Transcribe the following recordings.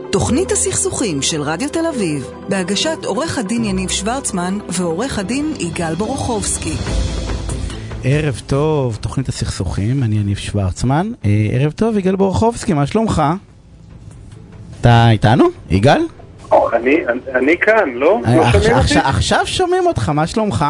תוכנית הסכסוכים של רדיו תל אביב, בהגשת עורך הדין יניב שוורצמן ועורך הדין יגאל בורוכובסקי. ערב טוב, תוכנית הסכסוכים, אני יניב שוורצמן. ערב טוב, יגאל בורוכובסקי, מה שלומך? אתה איתנו, יגאל? אני כאן, לא? עכשיו שומעים אותך, מה שלומך?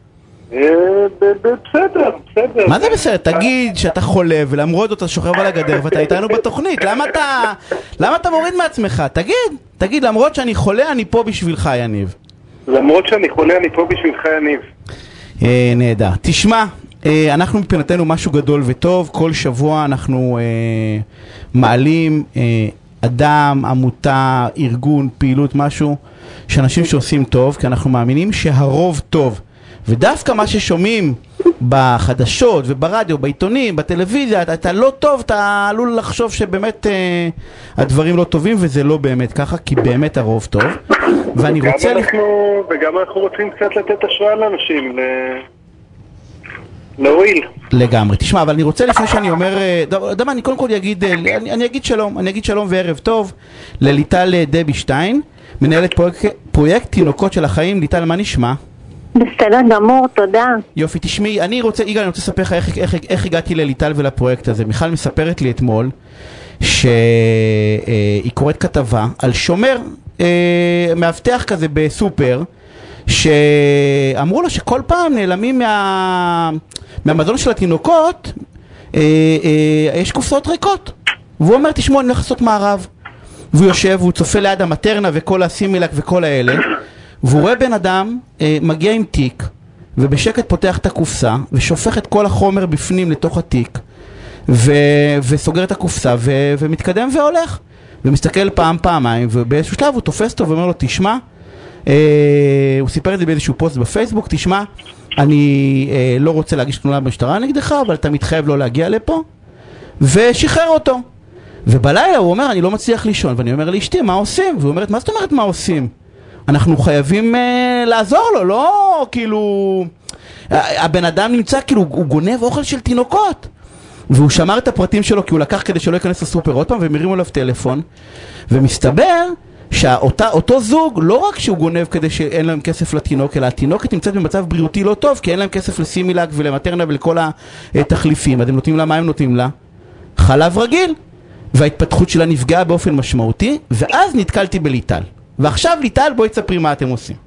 בסדר. מה זה בסדר? תגיד שאתה חולה ולמרות אתה שוכב על הגדר ואתה איתנו בתוכנית. למה אתה מוריד מעצמך? תגיד, למרות שאני חולה אני פה בשבילך, יניב. למרות שאני חולה אני פה בשבילך, יניב. נהדר. תשמע, אנחנו מבחינתנו משהו גדול וטוב. כל שבוע אנחנו מעלים אדם, עמותה, ארגון, פעילות, משהו שאנשים שעושים טוב, כי אנחנו מאמינים שהרוב טוב. ודווקא מה ששומעים בחדשות וברדיו, בעיתונים, בטלוויזיה, אתה לא טוב, אתה עלול לחשוב שבאמת הדברים לא טובים, וזה לא באמת ככה, כי באמת הרוב טוב. ואני רוצה... וגם אנחנו רוצים קצת לתת השראה לאנשים, להועיל. לגמרי. תשמע, אבל אני רוצה לפני שאני אומר, דמה, אני קודם כל אני אגיד שלום וערב טוב לליטל דבי שטיין, מנהלת פרויקט תינוקות של החיים. ליטל, מה נשמע? בסדר גמור, תודה. יופי, תשמעי, אני רוצה לספר לך איך הגעתי לליטל ולפרויקט הזה. מיכל מספרת לי אתמול שהיא קוראת כתבה על שומר, מאבטח כזה בסופר, שאמרו לו שכל פעם נעלמים מהמזון של התינוקות, יש קופסאות ריקות. והוא אומר, תשמעו, אני הולך לעשות מערב. והוא יושב, והוא צופה ליד המטרנה וכל הסימילק וכל האלה, והוא רואה בן אדם מגיע עם תיק ובשקט פותח את הקופסה ושופך את כל החומר בפנים לתוך התיק וסוגר את הקופסה ומתקדם והולך ומסתכל פעמיים, ובאיזשהו שלב הוא תופס אותו ואומר לו, תשמע, הוא סיפר את זה באיזשהו פוסט בפייסבוק, תשמע, אני לא רוצה להגיש תלונה במשטרה נגדך, אבל אתה מתחייב לא להגיע לפה, ושחרר אותו. ובלילה הוא אומר, אני לא מצליח לישון, ואני אומר לאשתי, מה עושים? והוא אומרת, מה זאת אומרת מה עושים? אנחנו חייבים לעזור לו, לא כאילו... הבן אדם נמצא כאילו, הוא גונב אוכל של תינוקות. והוא שמר את הפרטים שלו כי הוא לקח כדי שלא ייכנס לסופר עוד פעם, ומרימו עליו טלפון. ומסתבר שאותו זוג, לא רק שהוא גונב כדי שאין להם כסף לתינוק, אלא התינוקת נמצאת במצב בריאותי לא טוב, כי אין להם כסף לסימילק ולמטרנה ולכל התחליפים. אז הם נותנים לה, מה הם נותנים לה? חלב רגיל. וההתפתחות שלה נפגעה באופן משמעותי, ואז נתקלתי בליטל. ועכשיו ליטל, בואי תספרי מה אתם עושים.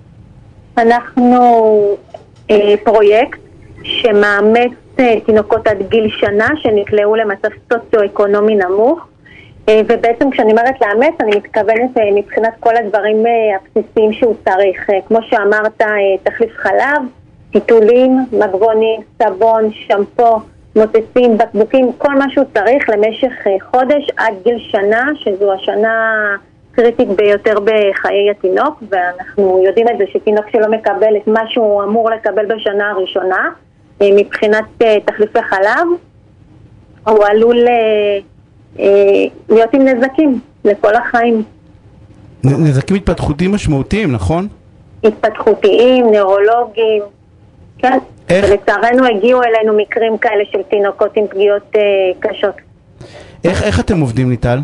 אנחנו פרויקט שמאמץ תינוקות עד גיל שנה שנקלעו למצב סוציו-אקונומי נמוך, ובעצם כשאני אומרת לאמץ אני מתכוונת מבחינת כל הדברים הבסיסיים שהוא צריך, כמו שאמרת, תחליף חלב, טיטולים, מגבונים, סבון, שמפו, מוצצים, בקבוקים, כל מה שהוא צריך למשך חודש עד גיל שנה, שזו השנה קריטית ביותר בחיי התינוק, ואנחנו יודעים את זה שתינוק שלא מקבל את מה שהוא אמור לקבל בשנה הראשונה, מבחינת תחליפי חלב, הוא עלול להיות עם נזקים לכל החיים. נזקים התפתחותיים משמעותיים, נכון? התפתחותיים, נוירולוגיים, כן. ולצערנו הגיעו אלינו מקרים כאלה של תינוקות עם פגיעות קשות. איך אתם עובדים, ליטל?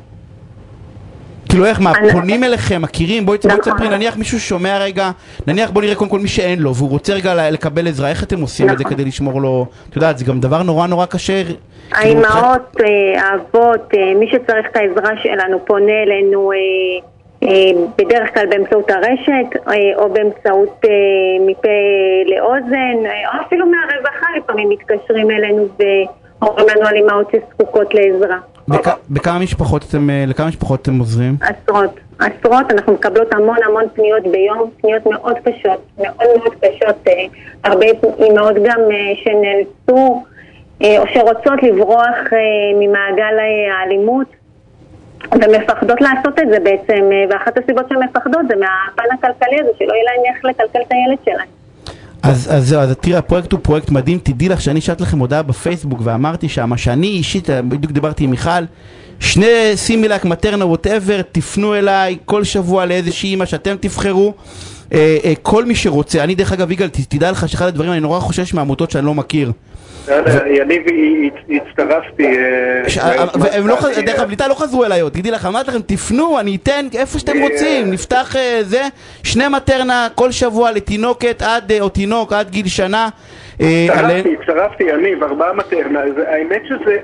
כאילו איך, מה, פונים אליכם, מכירים? בואי תספרי, נניח מישהו שומע רגע, נניח בוא נראה קודם כל מי שאין לו, והוא רוצה רגע לקבל עזרה, איך אתם עושים את זה כדי לשמור לו? את יודעת, זה גם דבר נורא קשה. האימהות, האבות, מי שצריך את העזרה שלנו פונה אלינו בדרך כלל באמצעות הרשת, או באמצעות מפה לאוזן, או אפילו מהרווחה, לפעמים מתקשרים אלינו ואומרים לנו על אימהות שזקוקות לעזרה. לכמה משפחות אתם עוזרים? עשרות, אנחנו מקבלות המון פניות ביום, פניות מאוד קשות, הרבה אימהות גם שנאלצו או שרוצות לברוח ממעגל האלימות ומפחדות לעשות את זה בעצם, ואחת הסיבות שהן מפחדות זה מהפן הכלכלי הזה, שלא יהיה להם איך לקלקל את הילד שלהם. אז תראה, הפרויקט הוא פרויקט מדהים. תדעי לך שאני שאלת לכם הודעה בפייסבוק ואמרתי שמה שאני אישית, בדיוק דיברתי עם מיכל, שני סימילק, מטרנה, whatever, תפנו אליי כל שבוע לאיזושהי אמא שאתם תבחרו, כל מי שרוצה. אני דרך אגב, יגאל, תדע לך שאחד הדברים, אני נורא חושש מהעמותות שאני לא מכיר, יניב, הצטרפתי. דרך אגב, ליטל לא חזרו אליי עוד, תגידי לך, אמרתי לכם, תפנו, אני אתן איפה שאתם רוצים, נפתח זה, 2 מטרנה כל שבוע לתינוקת או תינוק עד גיל שנה. הצטרפתי, יניב, 4 מטרנה. האמת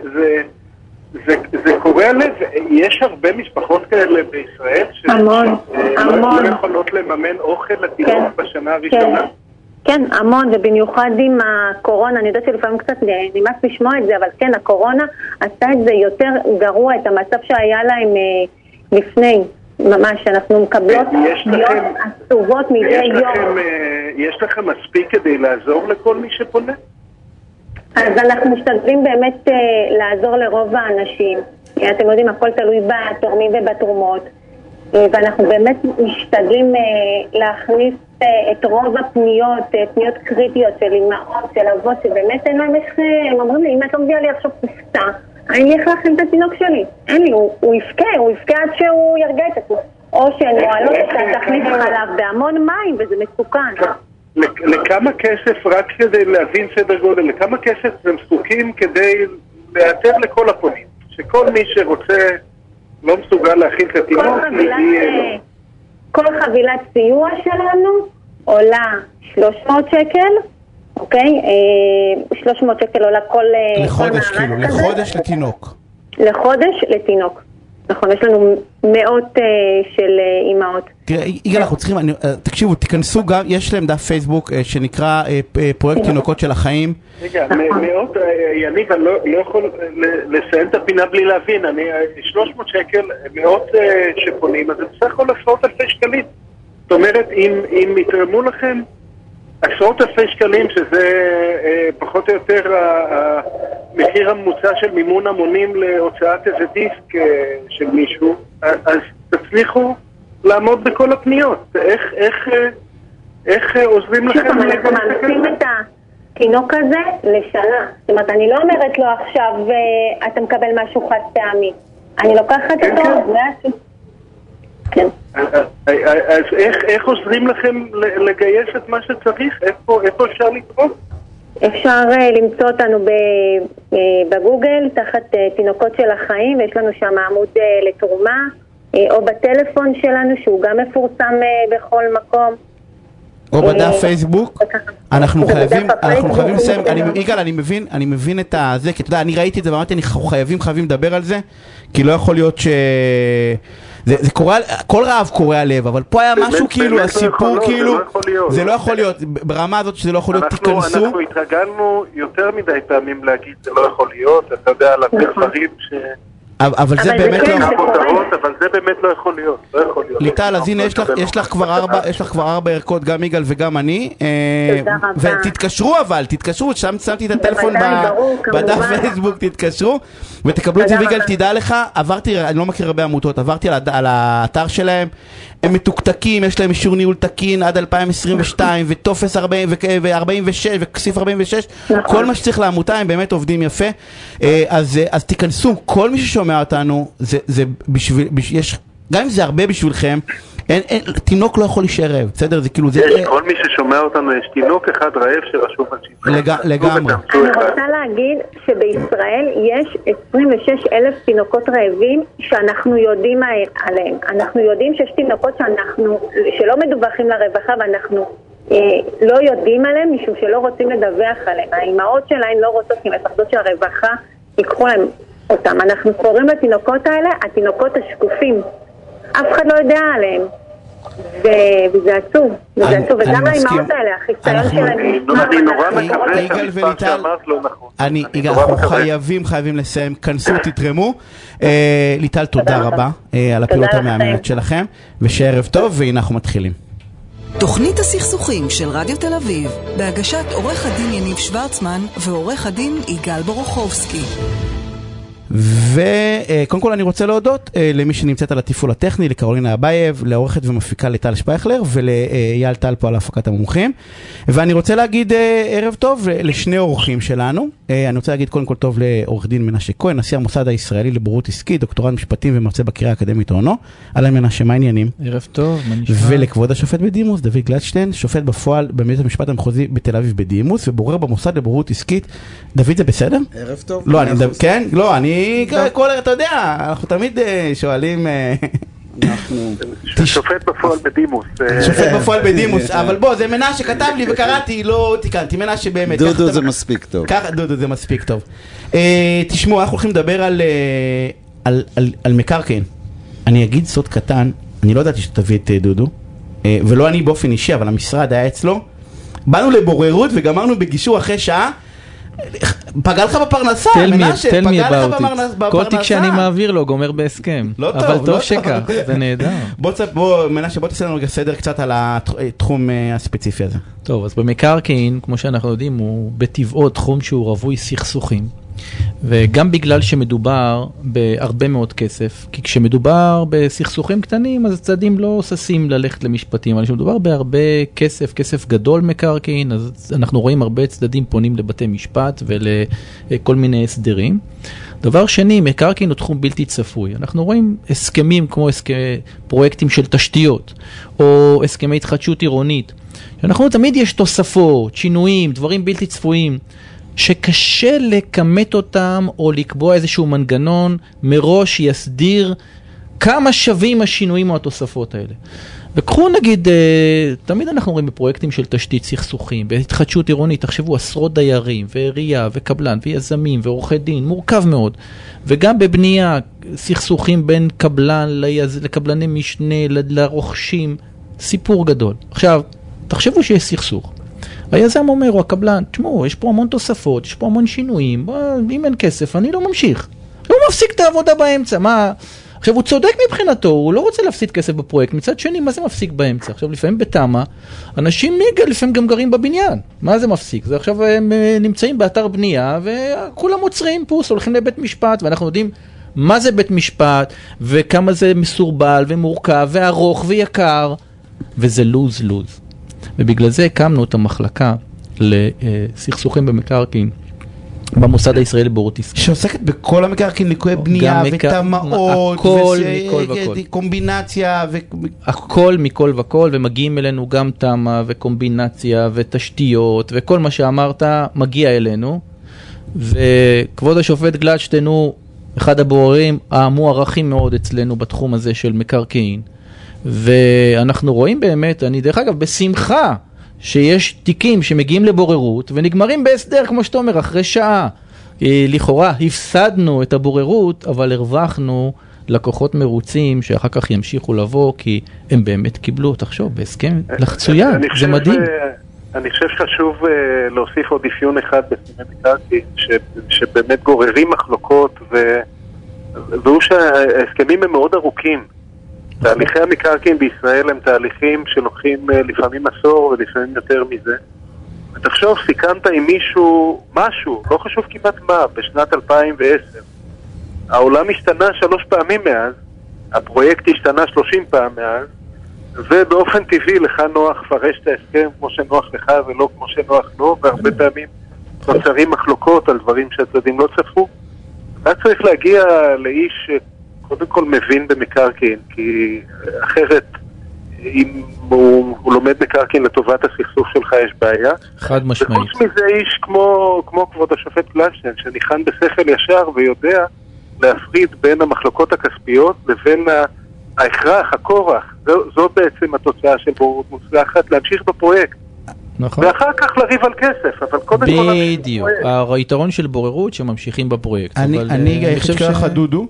שזה קורה לב, יש הרבה משפחות כאלה בישראל שלא יכולות לממן אוכל לתינוק בשנה הראשונה. כן, המון, ובמיוחד עם הקורונה, אני יודעת שלפעמים קצת נמאס לשמוע את זה, אבל כן, הקורונה עשתה את זה יותר גרוע, את המצב שהיה להם לפני, ממש, אנחנו מקבלות פניות עצובות מדי יום. יש לכם מספיק כדי לעזור לכל מי שפונה? אז אנחנו משתדלים באמת לעזור לרוב האנשים. אתם יודעים, הכל תלוי בתורמים ובתרומות, ואנחנו באמת משתדלים להכניס את רוב הפניות, פניות קריטיות של אמהות, של אבות, שבאמת אין להם איך, הם אומרים לי, אם את לא מביאה לי עכשיו קופסה, אין לי איך להכין את התינוק שלי. אין לי, הוא יפקע עד שהוא ירגע את עצמו. או שהן מועלות את תכניס חלב בהמון מים, וזה מסוכן. לכמה כסף, רק כדי להבין סדר גודל, לכמה כסף הם זקוקים כדי לאתר לכל הפונים? שכל מי שרוצה לא מסוגל להכין את התינוק, כל חבילת סיוע שלנו עולה 300 שקל, אוקיי? 300 שקל עולה כל לחודש, כאילו, לחודש לתינוק. לחודש לתינוק. נכון, יש לנו מאות של אימהות. תראה, יגאל, אנחנו צריכים, תקשיבו, תיכנסו גם, יש להם דף פייסבוק שנקרא פרויקט תינוקות של החיים. רגע, מאות, יניב, אני לא יכול לסיים את הפינה בלי להבין, 300 שקל, מאות שפונים, אז זה בסך הכל 10,000 שקלים. זאת אומרת, אם יתרמו לכם 10,000 שקלים, שזה פחות או יותר המחיר הממוצע של מימון המונים להוצאת איזה דיסק של מישהו, אז תצליחו לעמוד בכל הפניות. איך עוזרים לכם? אנחנו מאמצים את התינוק הזה לשנה. זאת אומרת, אני לא אומרת לו עכשיו אתה מקבל משהו חד פעמי. אני לוקחת אותו, כן. אז איך עוזרים לכם לגייס את מה שצריך? איפה אפשר לתרום? אפשר למצוא אותנו בגוגל תחת תינוקות של החיים, ויש לנו שם עמוד לתרומה, או בטלפון שלנו שהוא גם מפורסם בכל מקום, או בדף פייסבוק. אנחנו חייבים לסיים. יגאל, אני מבין את זה, כי אתה יודע, אני ראיתי את זה ואמרתי, אנחנו חייבים לדבר על זה, כי לא יכול להיות זה קורה, כל רעב קורע לב, אבל פה היה משהו כאילו, הסיפור כאילו, זה לא יכול להיות, ברמה הזאת שזה לא יכול להיות, תיכנסו. אנחנו התרגלנו יותר מדי פעמים להגיד, זה לא יכול להיות, אתה יודע, על הרבה דברים ש... אבל זה באמת לא... אבל זה באמת לא יכול להיות, לא יכול להיות. ליטל, אז הנה, יש לך כבר 4 ערכות, גם יגאל וגם אני. ותתקשרו אבל, שמתי את הטלפון בדף פייסבוק, תתקשרו, ותקבלו את זה. ויגאל, תדע לך, אני לא מכיר הרבה עמותות, עברתי על האתר שלהם, הם מתוקתקים, יש להם אישור ניהול תקין עד 2022, וטופס 46 וכסיף 46, כל מה שצריך לעמותה, הם באמת עובדים יפה. אז תיכנסו, כל מי ששומע אותנו, גם אם זה הרבה בשבילכם, תינוק לא יכול להישאר רעב, בסדר? זה כאילו... כל מי ששומע אותנו, יש תינוק אחד רעב שרשום על שיפה. לגמרי. אני רוצה להגיד שבישראל יש 26,000 תינוקות רעבים שאנחנו יודעים עליהם. אנחנו יודעים שיש תינוקות שלא מדווחים לרווחה, ואנחנו לא יודעים עליהם משום שלא רוצים לדווח עליהם. האימהות שלהם לא רוצות, כי מפחדות שהרווחה ייקחו להם אותם. אנחנו קוראים לתינוקות האלה התינוקות השקופים. אף אחד לא יודע עליהם. וזה עצוב. וגם האימהות האלה, החיסיון שלהם. אני נורא מקווה שהמספר שאמרת לא נכון. אנחנו חייבים לסיים. כנסו, תתרמו. ליטל, תודה רבה על הפעילות המאמנת שלכם, ושערב טוב, והנה אנחנו מתחילים. תוכנית הסכסוכים של רדיו תל אביב, בהגשת עורך הדין יניב שוורצמן ועורך הדין יגאל בורוכובסקי. וקודם כל אני רוצה להודות למי שנמצאת על התפעול הטכני, לקרולינה אבייב, לעורכת ומפיקה לטל שפייכלר ולאייל טל פה על הפקת המומחים. ואני רוצה להגיד ערב טוב לשני אורחים שלנו. אני רוצה להגיד קודם כל טוב לעורך דין מנשה כהן, נשיא המוסד הישראלי לבוררות עסקית, דוקטורט משפטים ומרצה בקריה האקדמית אונו. אהלן מנשה, מה העניינים? ערב טוב, מה נשמע? ולכבוד השופט בדימוס דוד גלדשטיין, שופט בפועל בבית המשפט המחוזי בתל אביב בדימוס ובורר במוסד לבוררות עסקית. דוד, זה בסדר? ערב טוב. לא, כן, לא, אני אתה יודע, אנחנו תמיד שואלים... שופט בפועל בדימוס. שופט בפועל בדימוס, אבל בוא, זה מנשה שכתב לי וקראתי, לא תיקנתי, מנשה באמת. דודו זה מספיק טוב. דודו זה מספיק טוב. תשמעו, אנחנו הולכים לדבר על מקרקעין. אני אגיד סוד קטן, אני לא ידעתי שתביא את דודו, ולא אני באופן אישי, אבל המשרד היה אצלו. באנו לבוררות וגמרנו בגישור אחרי שעה, פגע לך בפרנסה, מנשה, פגע לך בפרנסה. כל תיק שאני מעביר לו גומר בהסכם. לא טוב, אבל טוב שכך, זה נהדר. מנשה, בוא תעשה לנו סדר קצת על התחום הספציפי הזה. טוב, אז במקרקעין, כמו שאנחנו יודעים, הוא בטבעו תחום שהוא רווי סכסוכים. וגם בגלל שמדובר בהרבה מאוד כסף, כי כשמדובר בסכסוכים קטנים, אז הצדדים לא ששים ללכת למשפטים, אבל כשמדובר בהרבה כסף, כסף גדול מקרקעין, אז אנחנו רואים הרבה צדדים פונים לבתי משפט ולכל מיני הסדרים. דבר שני, מקרקעין הוא תחום בלתי צפוי. אנחנו רואים הסכמים כמו פרויקטים של תשתיות, או הסכמי התחדשות עירונית. אנחנו תמיד יש תוספות, שינויים, דברים בלתי צפויים, שקשה לקמת אותם או לקבוע איזשהו מנגנון מראש יסדיר כמה שווים השינויים או התוספות האלה. וקחו נגיד, תמיד אנחנו רואים בפרויקטים של תשתית סכסוכים, בהתחדשות עירונית, תחשבו עשרות דיירים ועירייה וקבלן ויזמים ועורכי דין, מורכב מאוד. וגם בבנייה, סכסוכים בין קבלן לקבלני משנה, לרוכשים, סיפור גדול. עכשיו, תחשבו שיש סכסוך. היזם אומר, או הקבלן, תשמעו, יש פה המון תוספות, יש פה המון שינויים, אם אין כסף, אני לא ממשיך. הוא מפסיק את העבודה באמצע, מה? עכשיו, הוא צודק מבחינתו, הוא לא רוצה להפסיד כסף בפרויקט, מצד שני, מה זה מפסיק באמצע? עכשיו, לפעמים בתמה, אנשים לפעמים גם גרים בבניין. מה זה מפסיק? זה עכשיו הם נמצאים באתר בנייה, וכולם עוצרים פוס, הולכים לבית משפט, ואנחנו יודעים מה זה בית משפט, וכמה זה מסורבל ומורכב, וארוך ויקר, וזה לוז. ובגלל זה הקמנו את המחלקה לסכסוכים במקרקעין במוסד הישראלי לבוררות עסקית. שעוסקת בכל המקרקעין, ליקויי בנייה ותמ"אות, קומבינציה. הכל מכל וכל, ומגיעים אלינו גם תמ"א וקומבינציה ותשתיות, וכל מה שאמרת מגיע אלינו. וכבוד השופט גלדשטיין הוא אחד הבוררים המוערכים מאוד אצלנו בתחום הזה של מקרקעין. ואנחנו רואים באמת, אני דרך אגב בשמחה, שיש תיקים שמגיעים לבוררות ונגמרים בהסדר, כמו שאתה אומר, אחרי שעה. לכאורה הפסדנו את הבוררות, אבל הרווחנו לקוחות מרוצים שאחר כך ימשיכו לבוא, כי הם באמת קיבלו, תחשוב, בהסכם לחצויה, זה מדהים. אני חושב שחשוב להוסיף עוד אפיון אחד בסכמי מקרקעין, שבאמת גוררים מחלוקות, והוא שההסכמים הם מאוד ארוכים. תהליכי המקרקעין בישראל הם תהליכים שלוקחים לפעמים עשור ולפעמים יותר מזה. ותחשוב, סיכמת עם מישהו משהו, לא חשוב כמעט מה, בשנת 2010. העולם השתנה 3 פעמים מאז, הפרויקט השתנה 30 פעם מאז, ובאופן טבעי לך נוח פרש את ההסכם כמו שנוח לך ולא כמו שנוח לו, והרבה פעמים נוצרים מחלוקות על דברים שהצדדים לא צפו. אתה צריך להגיע לאיש קודם כל מבין במקרקעין, כי אחרת אם הוא לומד מקרקעין לטובת הסכסוך שלך יש בעיה. חד משמעית. וחוץ מזה איש כמו כבוד השופט גלדשטיין, שניחן בשכל ישר ויודע להפריד בין המחלוקות הכספיות לבין ההכרח, הכורח. זו בעצם התוצאה של בוררות מוצלחת, להמשיך בפרויקט. נכון. ואחר כך לריב על כסף, אבל קודם כל... בדיוק. היתרון של בוררות שממשיכים בפרויקט. אני חושב לך דודו.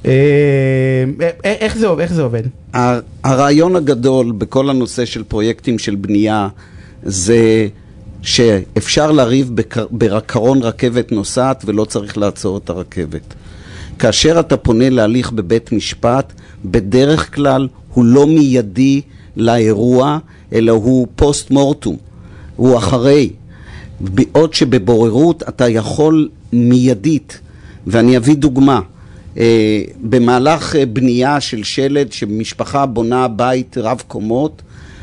איך זה עובד? הרעיון הגדול בכל הנושא של פרויקטים של בנייה זה שאפשר לריב בקרון רכבת נוסעת ולא צריך לעצור את הרכבת. כאשר אתה פונה להליך בבית משפט, בדרך כלל הוא לא מיידי לאירוע, אלא הוא פוסט מורטום, הוא אחרי. בעוד שבבוררות אתה יכול מיידית ואני אביא דוגמה. במהלך בנייה של שלד, שמשפחה בונה בית רב קומות,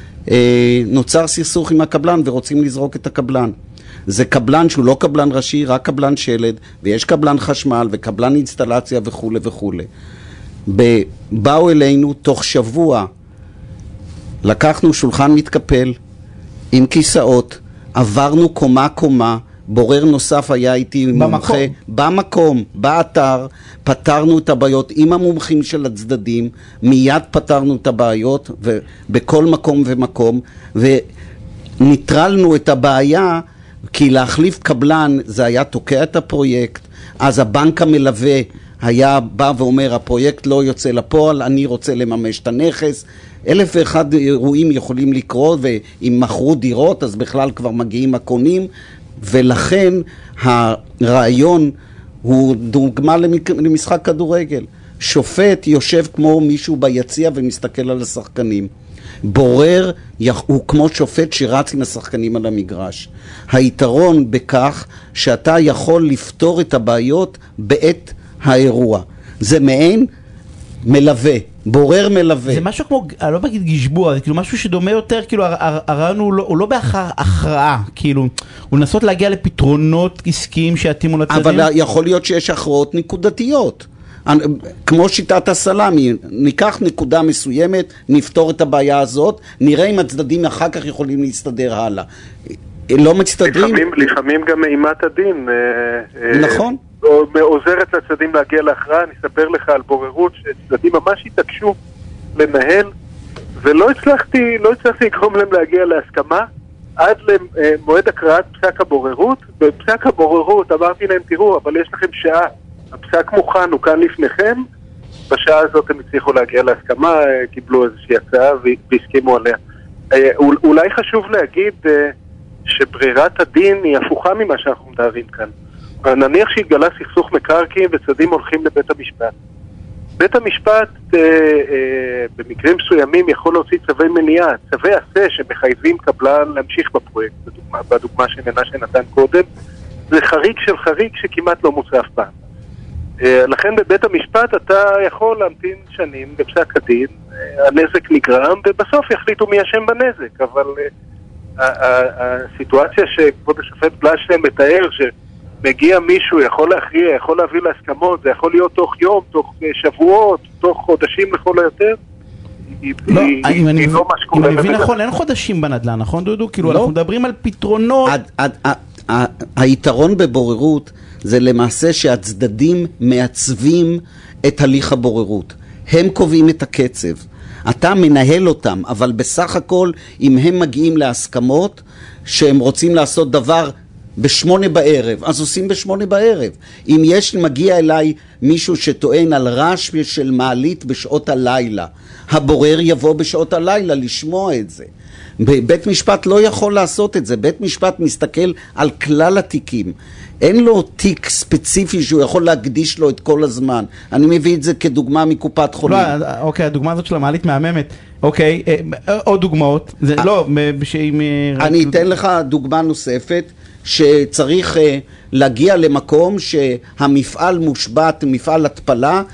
נוצר סכסוך עם הקבלן ורוצים לזרוק את הקבלן. זה קבלן שהוא לא קבלן ראשי, רק קבלן שלד, ויש קבלן חשמל וקבלן אינסטלציה וכו' וכו'. באו אלינו תוך שבוע, לקחנו שולחן מתקפל עם כיסאות, עברנו קומה, בורר נוסף היה איתי מומחה, במקום, באתר, פתרנו את הבעיות עם המומחים של הצדדים, מיד פתרנו את הבעיות בכל מקום ומקום, וניטרלנו את הבעיה, כי להחליף קבלן זה היה תוקע את הפרויקט. אז הבנק המלווה היה בא ואומר, הפרויקט לא יוצא לפועל, אני רוצה לממש את הנכס. 1,001 אירועים יכולים לקרות, ואם מכרו דירות אז בכלל כבר מגיעים הקונים, ולכן הרעיון הוא דוגמה למשחק כדורגל. שופט יושב כמו מישהו ביציע ומסתכל על השחקנים. בורר הוא כמו שופט שרץ עם השחקנים על המגרש. היתרון בכך שאתה יכול לפתור את הבעיות בעת האירוע. זה מעין מלווה, בורר מלווה. זה משהו כמו, אני לא בגיד גשבוע, זה כאילו משהו שדומה יותר, כאילו הרעיון הוא לא בהכרעה, כאילו, הוא לנסות להגיע לפתרונות עסקיים שיתאימו לצדדים. אבל יכול להיות שיש הכרעות נקודתיות. כמו שיטת הסלאמי, ניקח נקודה מסוימת, נפתור את הבעיה הזאת, נראה אם הצדדים אחר כך יכולים להסתדר הלאה. לא מצטדרים? לפעמים גם אימת הדין. נכון. עוזרת לצדדים להגיע להכרעה. אני אספר לך על בוררות שצדדים ממש התעקשו לנהל, ולא הצלחתי לגרום להם להגיע להסכמה עד למועד הקראת פסק הבוררות. בפסק הבוררות אמרתי להם, תראו, אבל יש לכם שעה, הפסק מוכן, הוא כאן לפניכם. בשעה הזאת הם הצליחו להגיע להסכמה, קיבלו איזושהי הצעה והסכימו עליה. אולי חשוב להגיד שברירת הדין היא הפוכה ממה שאנחנו מדברים כאן. נניח שהתגלה סכסוך מקרקעין וצדדים הולכים לבית המשפט. בית המשפט במקרים מסוימים יכול להוציא צווי מניעה, צווי עשה שמחייבים קבלן להמשיך בפרויקט, בדוגמה שמנשה נתן קודם. זה חריג של חריג שכמעט לא מוצא אף פעם. לכן בבית המשפט אתה יכול להמתין שנים בפסק הדין, הנזק נגרם ובסוף יחליטו מי אשם בנזק, אבל הסיטואציה שכבוד השופט בלשטיין מתאר שמגיע מישהו, יכול להכריע, יכול להביא להסכמות, זה יכול להיות תוך יום, תוך שבועות, תוך חודשים לכל היותר. אם אני מבין נכון, אין חודשים בנדל"ן, נכון דודו? כאילו אנחנו מדברים על פתרונות. היתרון בבוררות זה למעשה שהצדדים מעצבים את הליך הבוררות. הם קובעים את הקצב. אתה מנהל אותם, אבל בסך הכל, אם הם מגיעים להסכמות שהם רוצים לעשות דבר ב8 בערב, אז עושים ב8 בערב. אם מגיע אליי מישהו שטוען על רעש של מעלית בשעות הלילה, הבורר יבוא בשעות הלילה לשמוע את זה. בית משפט לא יכול לעשות את זה. בית משפט מסתכל על כלל התיקים. אין לו תיק ספציפי שהוא יכול להקדיש לו את כל הזמן. אני מביא את זה כדוגמה מקופת חולים. לא, אוקיי, הדוגמה הזאת של המעלית מהממת. אוקיי, עוד דוגמאות. זה לא, אני אתן לך דוגמה נוספת, שצריך להגיע למקום שהמפעל מושבת, מפעל התפלה,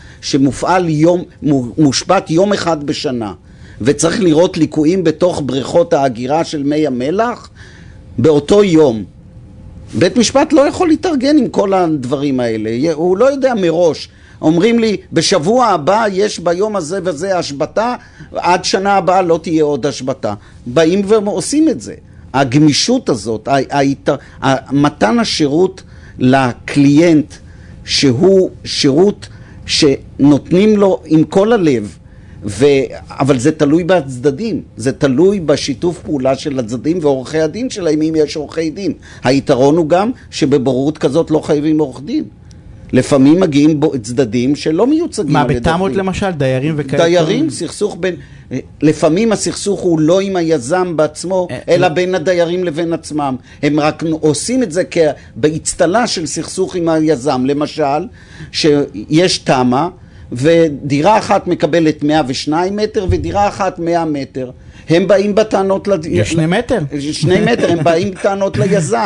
מושבת יום אחד בשנה. וצריך לראות ליקויים בתוך בריכות ההגירה של מי המלח באותו יום. בית משפט לא יכול להתארגן עם כל הדברים האלה, הוא לא יודע מראש. אומרים לי, בשבוע הבא יש ביום הזה וזה השבתה, עד שנה הבאה לא תהיה עוד השבתה. באים ועושים את זה. הגמישות הזאת, מתן השירות לקליינט, שהוא שירות שנותנים לו עם כל הלב, אבל זה תלוי בצדדים, זה תלוי בשיתוף פעולה של הצדדים ועורכי הדין שלהם, אם יש עורכי דין. היתרון הוא גם שבבוררות כזאת לא חייבים עורך דין. לפעמים מגיעים צדדים שלא מיוצגים. מה, בתמות למשל, דיירים וכאלה? דיירים, סכסוך בין... לפעמים הסכסוך הוא לא עם היזם בעצמו, אלא בין הדיירים לבין עצמם. הם רק עושים את זה בהצטלה של סכסוך עם היזם. למשל, שיש תמה, ודירה אחת מקבלת 102 מטר, ודירה אחת 100 מטר. הם באים בטענות... יש 2 מטר. 2 מטר, הם באים בטענות ליזם.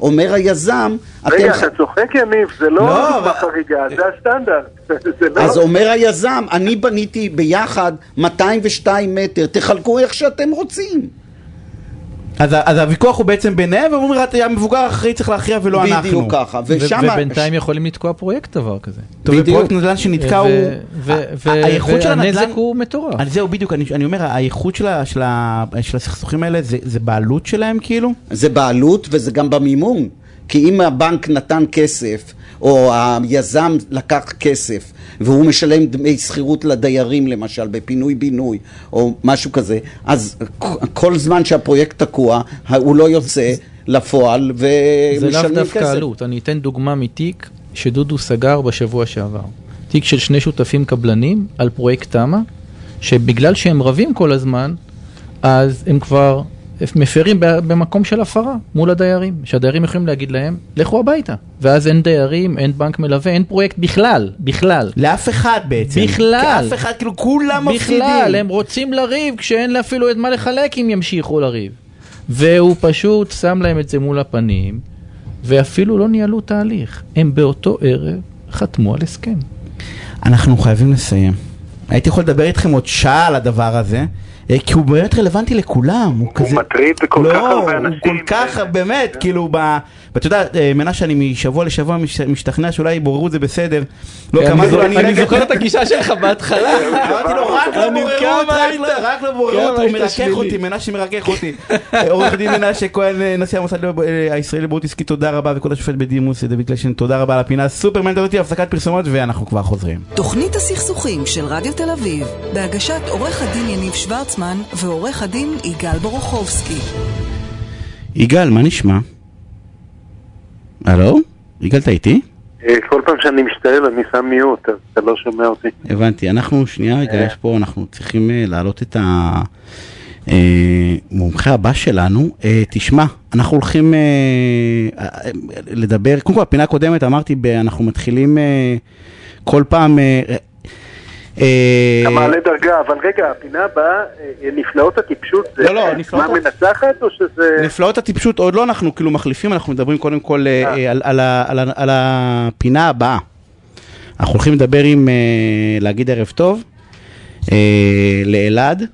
אומר היזם... רגע, אתה צוחק יניב, זה לא דוגמה חריגה, זה הסטנדרט. אז אומר היזם, אני בניתי ביחד 202 מטר, תחלקו איך שאתם רוצים. אז הוויכוח הוא בעצם ביניהם, ואומרים, המבוגר אחרי צריך להכריע ולא אנחנו. בדיוק ככה. ובינתיים יכולים לתקוע פרויקט דבר כזה. טוב, ופרויקט נדל"ן שנתקע הוא... והנזק הוא מטורף. זהו, בדיוק, אני אומר, האיכות של הסכסוכים האלה, זה בעלות שלהם כאילו? זה בעלות וזה גם במימון. כי אם הבנק נתן כסף, או היזם לקח כסף, והוא משלם דמי שכירות לדיירים למשל, בפינוי בינוי, או משהו כזה, אז כל זמן שהפרויקט תקוע, הוא לא יוצא לפועל ומשלמים כסף. זה לאו דווקא עלות. אני אתן דוגמה מתיק שדודו סגר בשבוע שעבר. תיק של 2 שותפים קבלנים על פרויקט תמה, שבגלל שהם רבים כל הזמן, אז הם כבר מפרים במקום של הפרה מול הדיירים, שהדיירים יכולים להגיד להם, לכו הביתה. ואז אין דיירים, אין בנק מלווה, אין פרויקט בכלל. לאף אחד בעצם. בכלל. לאף אחד, כאילו כולם מפסידים. בכלל, הם רוצים לריב כשאין אפילו את מה לחלק אם ימשיכו לריב. והוא פשוט שם להם את זה מול הפנים, ואפילו לא ניהלו תהליך. הם באותו ערב חתמו על הסכם. אנחנו חייבים לסיים. הייתי יכול לדבר איתכם עוד שעה על הדבר הזה, כי הוא באמת רלוונטי לכולם. הוא מטריד כל כך הרבה אנשים. הוא כל כך, באמת, כאילו, ואתה יודע, מנה שאני משבוע לשבוע משתכנע שאולי בוררו את זה בסדר. אני זוכר את הגישה שלך בהתחלה. אמרתי לו, רק לבוררות, הוא מרכך אותי, מנה שמרכך אותי. עורך דין מנה שכהן, נשיא המוסד הישראלי לבוררות עסקית, תודה רבה, וכבוד השופט בדימוס, דוד קלשן, תודה רבה על הפינה. סופרמן דודתי, הפסקת פרסומות, ואנחנו כבר חוזרים. תוכנית הסכסוכים של רדיו תל אביב, בהגשת עורך הדין יניב שוורצמן ועורך הדין יגאל בורוכובסקי. יגאל, מה נשמע? הלו? יגאל, אתה איתי? כל פעם שאני משתעל אני שם מיוט, אז אתה לא שומע אותי. הבנתי, אנחנו שנייה רגע, יש פה, אנחנו צריכים להעלות את המומחה הבא שלנו. תשמע, אנחנו הולכים לדבר, קודם כל, הפינה הקודמת אמרתי, אנחנו מתחילים כל פעם... אתה מעלה דרגה, אבל רגע, הפינה הבאה, נפלאות הטיפשות, זה מה מנצחת או שזה... נפלאות הטיפשות, עוד לא אנחנו כאילו מחליפים, אנחנו מדברים קודם כל על הפינה הבאה. אנחנו הולכים לדבר עם, להגיד ערב טוב, לאלעד,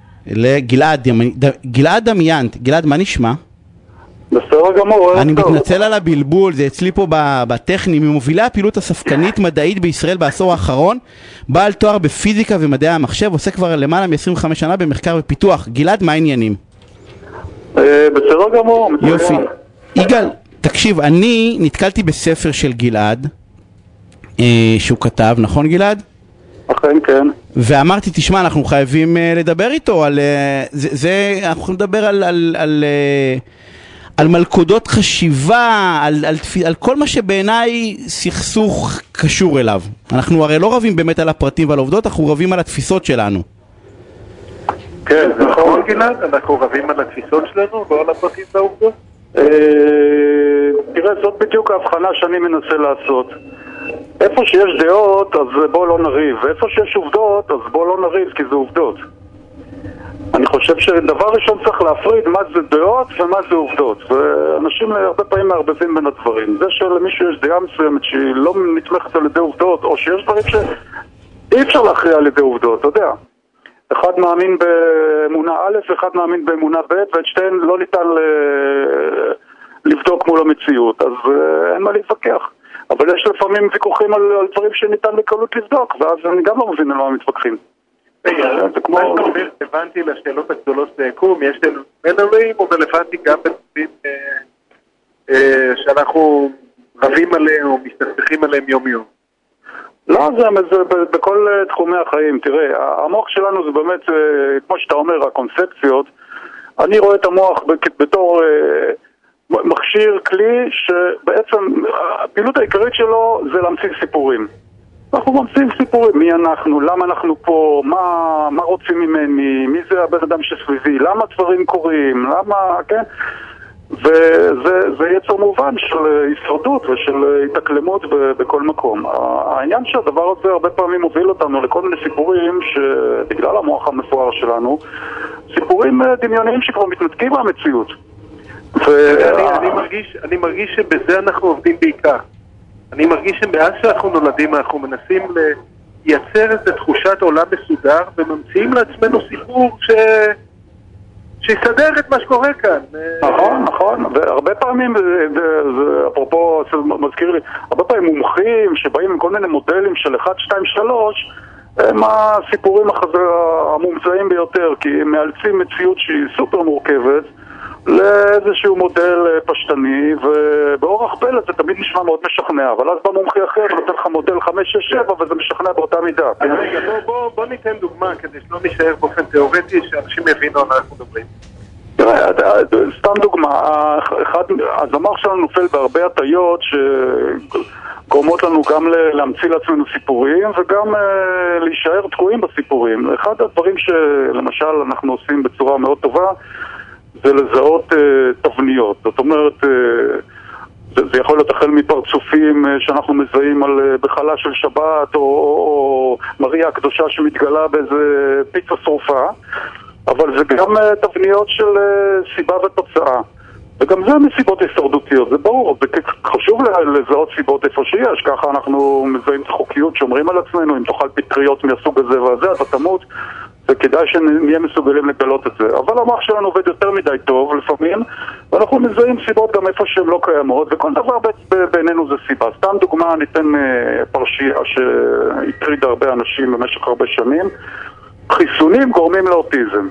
גלעד דמיינט. גלעד, מה נשמע? בסדר גמור. אני מתנצל על הבלבול, זה אצלי פה בטכני, ממובילי הפעילות הספקנית מדעית בישראל בעשור האחרון, בעל תואר בפיזיקה ומדעי המחשב, עושה כבר למעלה מ-25 שנה במחקר ופיתוח. גלעד, מה העניינים? בסדר גמור. יופי. יגאל, תקשיב, אני נתקלתי בספר של גלעד, שהוא כתב, נכון גלעד? אכן, כן. ואמרתי, תשמע, אנחנו חייבים לדבר איתו על זה, אנחנו יכולים לדבר על מלכודות חשיבה, על כל מה שבעיניי סכסוך קשור אליו. אנחנו הרי לא רבים באמת על הפרטים ועל העובדות, אנחנו רבים על התפיסות שלנו. כן, זה נכון גלעד, אנחנו רבים על התפיסות שלנו, לא על הפרטים והעובדות. תראה, זאת בדיוק ההבחנה שאני מנסה לעשות. איפה שיש דעות, אז בוא לא נריב, ואיפה שיש עובדות, אז בוא לא נריב, כי זה עובדות. אני חושב שדבר ראשון צריך להפריד מה זה דעות ומה זה עובדות, ואנשים הרבה פעמים מערבבים בין הדברים. זה שלמישהו יש דעה מסוימת שהיא לא נתמכת על ידי עובדות, או שיש דברים שאי אפשר להכריע על ידי עובדות, אתה יודע. אחד מאמין באמונה א', אחד מאמין באמונה ב', ואת שתיהן לא ניתן לבדוק מול המציאות, אז אין מה להתווכח. אבל יש לפעמים ויכוחים על דברים שניתן בקלות לבדוק, ואז אני גם לא מבין על מה מתווכחים. מה שאתה אומר, רלוונטי לשאלות הגדולות ליקום, יש אלוהים או רלוונטי גם בנושאים שאנחנו רבים עליהם או מסתכסכים עליהם יום יום? לא, זה בכל תחומי החיים. תראה, המוח שלנו זה באמת, כמו שאתה אומר, הקונספציות. אני רואה את המוח בתור מכשיר, כלי, שבעצם הפעילות העיקרית שלו זה להמציא סיפורים. אנחנו ממציאים סיפורים, מי אנחנו, למה אנחנו פה, מה רוצים ממני, מי זה הבן אדם שסביבי, למה דברים קורים, למה, כן? וזה יצר מובן של הישרדות ושל התאקלמות בכל מקום. העניין שהדבר הזה הרבה פעמים מוביל אותנו לכל מיני סיפורים שבגלל המוח המפואר שלנו, סיפורים דמיוניים שכבר מתנתקים מהמציאות. אני מרגיש שבזה אנחנו עובדים בעיקר. אני מרגיש שמאז שאנחנו נולדים אנחנו מנסים לייצר איזו תחושת עולם מסודר וממציאים לעצמנו סיפור שיסדר את מה שקורה כאן. נכון, והרבה פעמים, אפרופו, מזכיר לי, הרבה פעמים מומחים שבאים עם כל מיני מודלים של 1, 2, 3, הם הסיפורים המומצאים ביותר, כי הם מאלצים מציאות שהיא סופר מורכבת לאיזשהו מודל פשטני, ובאורח פלא זה תמיד נשמע מאוד משכנע, אבל אז בא מומחי אחר ונותן לך מודל 5, 6, 7 וזה משכנע באותה מידה. רגע, בוא ניתן דוגמה כדי שלא נשאר באופן תיאורטי שאנשים יבינו על מה אנחנו מדברים. תראה, סתם דוגמה, אז המוח שלנו נופל בהרבה הטיות שגורמות לנו גם להמציא לעצמנו סיפורים וגם להישאר תקועים בסיפורים. אחד הדברים שלמשל אנחנו עושים בצורה מאוד טובה זה לזהות תבניות. זאת אומרת, זה יכול להיות החל מפרצופים שאנחנו מזהים בחלה של שבת או מריה הקדושה שמתגלה באיזה פיצה שרופה, אבל זה גם תבניות של סיבה ותוצאה, וגם זה מסיבות הישרדותיות, זה ברור, זה חשוב לזהות סיבות איפה שיש, ככה אנחנו מזהים את החוקיות, שומרים על עצמנו, אם תאכל פטריות מהסוג הזה והזה, אתה תמות, וכדאי שנהיה מסוגלים לגלות את זה. אבל המוח שלנו עובד יותר מדי טוב לפעמים, ואנחנו מזהים סיבות גם איפה שהן לא קיימות, וכל דבר בעינינו זה סיבה. סתם דוגמה, ניתן פרשייה שהטרידה הרבה אנשים במשך הרבה שנים, חיסונים גורמים לאוטיזם.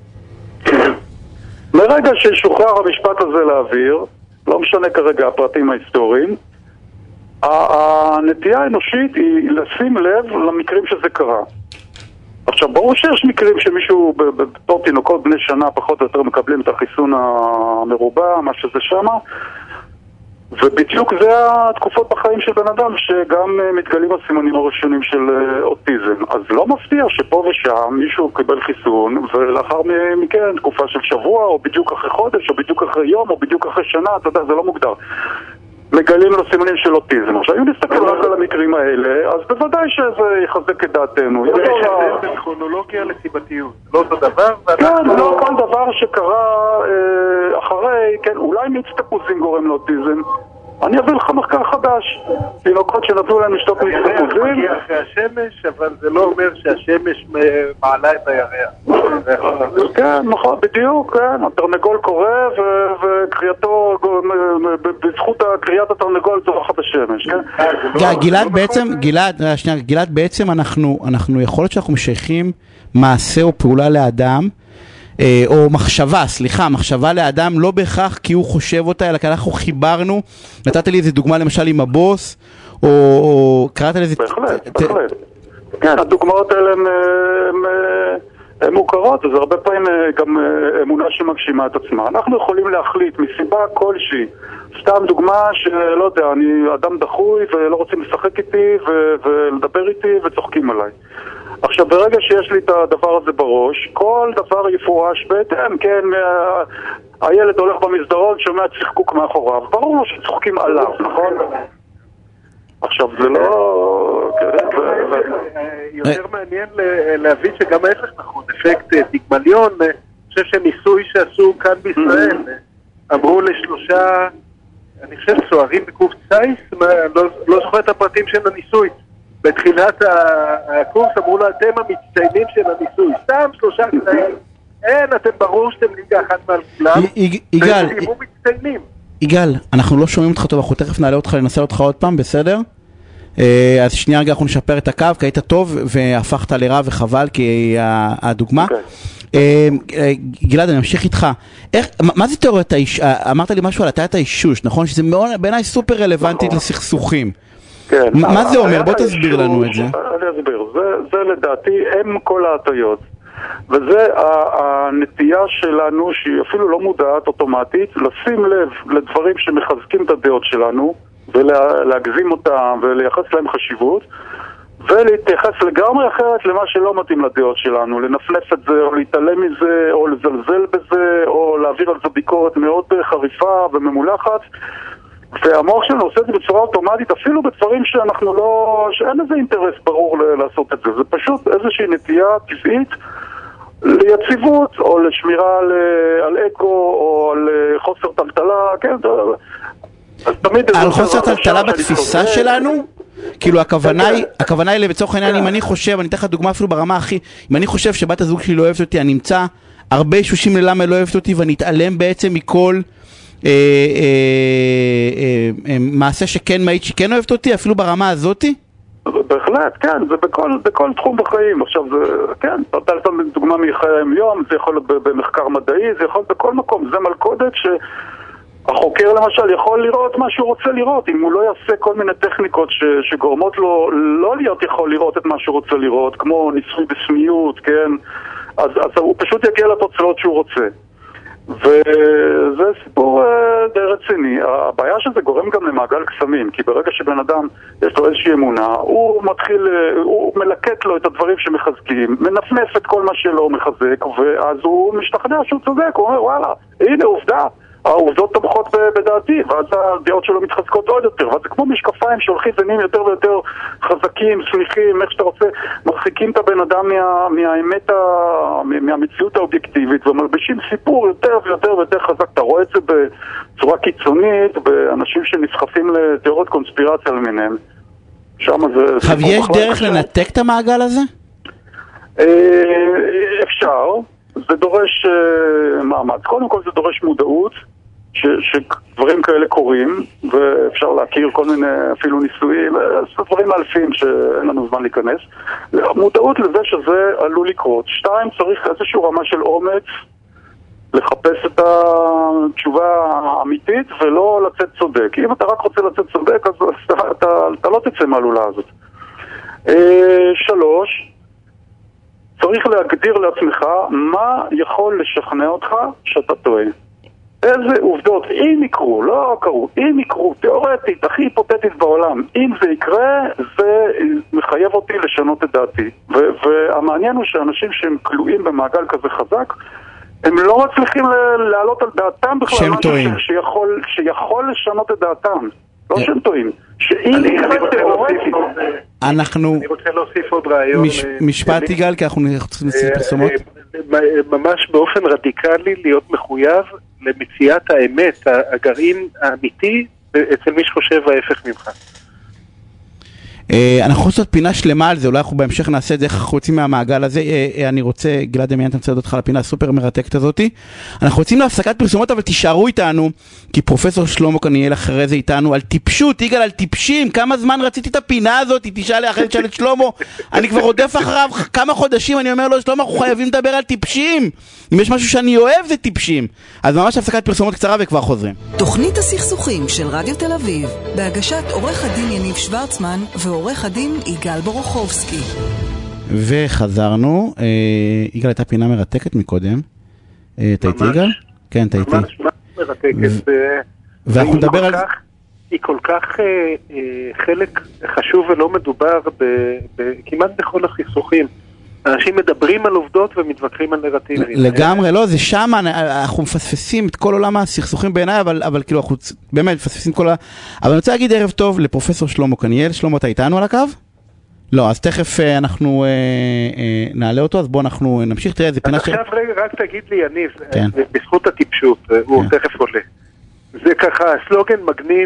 מרגע ששוחרר המשפט הזה לאוויר, לא משנה כרגע הפרטים ההיסטוריים, הנטייה האנושית היא לשים לב למקרים שזה קרה. עכשיו, ברור שיש מקרים שמישהו בתור תינוקות בני שנה פחות או יותר מקבלים את החיסון המרובע, מה שזה שמה, ובדיוק זה התקופות בחיים של בן אדם שגם מתגלים הסימנים הראשונים של אוטיזם. אז לא מפתיע שפה ושם מישהו קיבל חיסון ולאחר מכן תקופה של שבוע או בדיוק אחרי חודש או בדיוק אחרי יום או בדיוק אחרי שנה, אתה יודע, זה לא מוגדר, מגלים לו סימנים של אוטיזם. עכשיו, אם נסתכל רק על המקרים האלה, אז בוודאי שזה יחזק את דעתנו. יש הבדל בין כרונולוגיה לסיבתיות. לא אותו דבר? כן, לא כל דבר שקרה אחרי, כן, אולי מיץ תפוזים גורם לאוטיזם. אני אביא לך מחקר חדש. תינוקות שנתנו להם לשתות מיץ תפוזים. הירח מגיע אחרי השמש, אבל זה לא אומר שהשמש מעלה את הירח. כן, נכון, בדיוק, כן. התרנגול קורא וקריאתו, בזכות קריאת התרנגול צורחת השמש, כן? גלעד, בעצם אנחנו יכול להיות שאנחנו משייכים מעשה או פעולה לאדם, או מחשבה לאדם, לא בהכרח כי הוא חושב אותה, אלא כי אנחנו חיברנו. נתת לי איזה דוגמה למשל עם הבוס, או קראת לי איזה... בהחלט. כן, הדוגמאות האלה הן מוכרות, אז הרבה פעמים גם אמונה שמגשימה את עצמה. אנחנו יכולים להחליט מסיבה כלשהי, סתם דוגמה שלא יודע, אני אדם דחוי ולא רוצים לשחק איתי ולדבר איתי וצוחקים עליי. עכשיו, ברגע שיש לי את הדבר הזה בראש, כל דבר יפורש בהתאם, כן, הילד הולך במסדרון, שומע צחקוק מאחוריו, ברור שצוחקים עליו, נכון? עכשיו, זה לא... יותר מעניין להבין שגם ההפך נכון, אפקט דיגמליון, אני חושב שניסוי שעשו כאן בישראל, אמרו לשלושה, אני חושב סוערים בקורס צייס, לא זוכר את הפרטים של הניסוי, בתחילת הקורס אמרו לו, אתם המצטיינים של הניסוי, סתם 3 קטעים, אתם ברור שאתם ליגה אחת מעל כולם, והם מצטיינים. יגאל, אנחנו לא שומעים אותך טוב, אנחנו תכף נעלה אותך, ננסה אותך עוד פעם, בסדר? אז שנייה רגע אנחנו נשפר את הקו, כי היית טוב והפכת לרע וחבל, כי הדוגמה. גלעד, אני אמשיך איתך. מה זה תיאוריית האיש? אמרת לי משהו על תיאוריית האישוש, נכון? שזה בעיניי סופר רלוונטית לסכסוכים. מה זה אומר? בוא תסביר לנו את זה. אני אסביר. זה לדעתי הם כל ההטיות. וזה הנטייה שלנו, שהיא אפילו לא מודעת אוטומטית, לשים לב לדברים שמחזקים את הדעות שלנו, ולהגזים אותם ולייחס להם חשיבות, ולהתייחס לגמרי אחרת למה שלא מתאים לדעות שלנו, לנפנף את זה, או להתעלם מזה, או לזלזל בזה, או להעביר על זה ביקורת מאוד חריפה וממולחת. והמוח שלנו עושה את זה בצורה אוטומטית, אפילו בדברים שאנחנו לא... שאין איזה אינטרס ברור לעשות את זה. זה פשוט איזושהי נטייה טבעית ליציבות, או לשמירה על אקו, או על חוסר טלטלה, כן, על חוסר טלטלה בתפיסה שלנו? כאילו הכוונה היא לצורך העניין, אם אני חושב, אני אתן לך דוגמה אפילו ברמה הכי, אם אני חושב שבת הזוג שלי לא אוהבת אותי, אני אמצא הרבה אישושים ללמה לא אוהבת אותי, ואני אתעלם בעצם מכל מעשה שכן מעיד שכן אוהבת אותי, אפילו ברמה הזאתי? בהחלט, כן, זה בכל תחום בחיים. עכשיו זה, כן, אתה נתן דוגמה מחיי היום, זה יכול להיות במחקר מדעי, זה יכול להיות בכל מקום, זה מלכודת שהחוקר למשל יכול לראות מה שהוא רוצה לראות, אם הוא לא יעשה כל מיני טכניקות שגורמות לו לא להיות יכול לראות את מה שהוא רוצה לראות, כמו ניסוי בסמיות, כן, אז הוא פשוט יגיע לתוצאות שהוא רוצה. וזה סיפור די רציני. הבעיה שזה גורם גם למעגל קסמים, כי ברגע שבן אדם יש לו איזושהי אמונה, הוא מלקט לו את הדברים שמחזקים, מנפנף את כל מה שלא מחזק, ואז הוא משתכנע שהוא צודק, הוא אומר וואלה, הנה עובדה, העובדות תומכות בדעתי, ואז הדעות שלו מתחזקות עוד יותר, ואז זה כמו משקפיים שהולכים ונהיים יותר ויותר חזקים, סמיכים, איך שאתה רוצה, מרחיקים את הבן אדם מהאמת, מהמציאות האובייקטיבית, ומלבשים סיפור יותר ויותר ויותר חזק. אתה רואה את זה בצורה קיצונית, באנשים שנסחפים לתיאוריות קונספירציה למיניהם. שם זה... יש דרך לנתק את המעגל הזה? אפשר. זה דורש מאמץ. קודם כל זה דורש מודעות שדברים כאלה קורים, ואפשר להכיר כל מיני אפילו ניסויים, דברים מאלפים שאין לנו זמן להיכנס. מודעות לזה שזה עלול לקרות. 2, צריך איזושהי רמה של אומץ לחפש את התשובה האמיתית ולא לצאת צודק. אם אתה רק רוצה לצאת צודק, אז אתה לא תצא מהלולה הזאת. 3, צריך להגדיר לעצמך מה יכול לשכנע אותך שאתה טועה. איזה עובדות, אם יקרו, לא קרו, אם יקרו, תיאורטית, הכי היפותטית בעולם, אם זה יקרה, זה מחייב אותי לשנות את דעתי. והמעניין הוא שאנשים שהם כלואים במעגל כזה חזק, הם לא מצליחים להעלות על דעתם בכלל משהו שיכול לשנות את דעתם. לא שהם טועים. שאם יקרה תיאורטית... אני רוצה להוסיף עוד רעיון. משפט יגאל, כי אנחנו צריכים להוסיף פרסומות. ממש באופן רדיקלי להיות מחויב למציאת האמת, הגרעין האמיתי, אצל מי שחושב ההפך ממך. אנחנו יכולים לעשות פינה שלמה על זה, אולי אנחנו בהמשך נעשה את זה, איך אנחנו יוצאים מהמעגל הזה. אני רוצה, גלעד דמיין, אתה מצא אותך לפינה הסופר מרתקת הזאת. אנחנו רוצים להפסקת פרסומות, אבל תישארו איתנו, כי פרופסור שלמה קניאל אחרי זה איתנו, על טיפשות, יגאל, על טיפשים. כמה זמן רציתי את הפינה הזאת? תשאל אחרי תשאל את שלמה. אני כבר רודף אחריו כמה חודשים, אני אומר לו, שלמה, אנחנו חייבים לדבר על טיפשים. אם יש משהו שאני אוהב, זה טיפשים. אז ממש הפסקת פרסומות קצרה וכבר חוזרים. תוכנית הסכסוכים של רדיו תל אביב, בהגשת עורך הדין יניב שוורצמן ועורך הדין יגאל בורוכובסקי. וחזרנו. יגאל, הייתה פינה מרתקת מקודם. אתה איתי יגאל? כן, אתה איתי. ממש מרתקת. ואנחנו נדבר על... היא כל כך חלק חשוב ולא מדובר כמעט בכל הסכסוכים. אנשים מדברים על עובדות ומתווכחים על נרטיבים. לגמרי, לא, זה שם, אנחנו מפספסים את כל עולם הסכסוכים בעיניי, אבל כאילו אנחנו באמת מפספסים את כל אבל אני רוצה להגיד ערב טוב לפרופסור שלמה קניאל. שלמה, אתה איתנו על הקו? לא, אז תכף אנחנו נעלה אותו, אז בואו אנחנו נמשיך. תראה, זה פינה עכשיו רגע, רק תגיד לי, יניב, בזכות הטיפשות, הוא תכף עולה. זה ככה סלוגן מגניב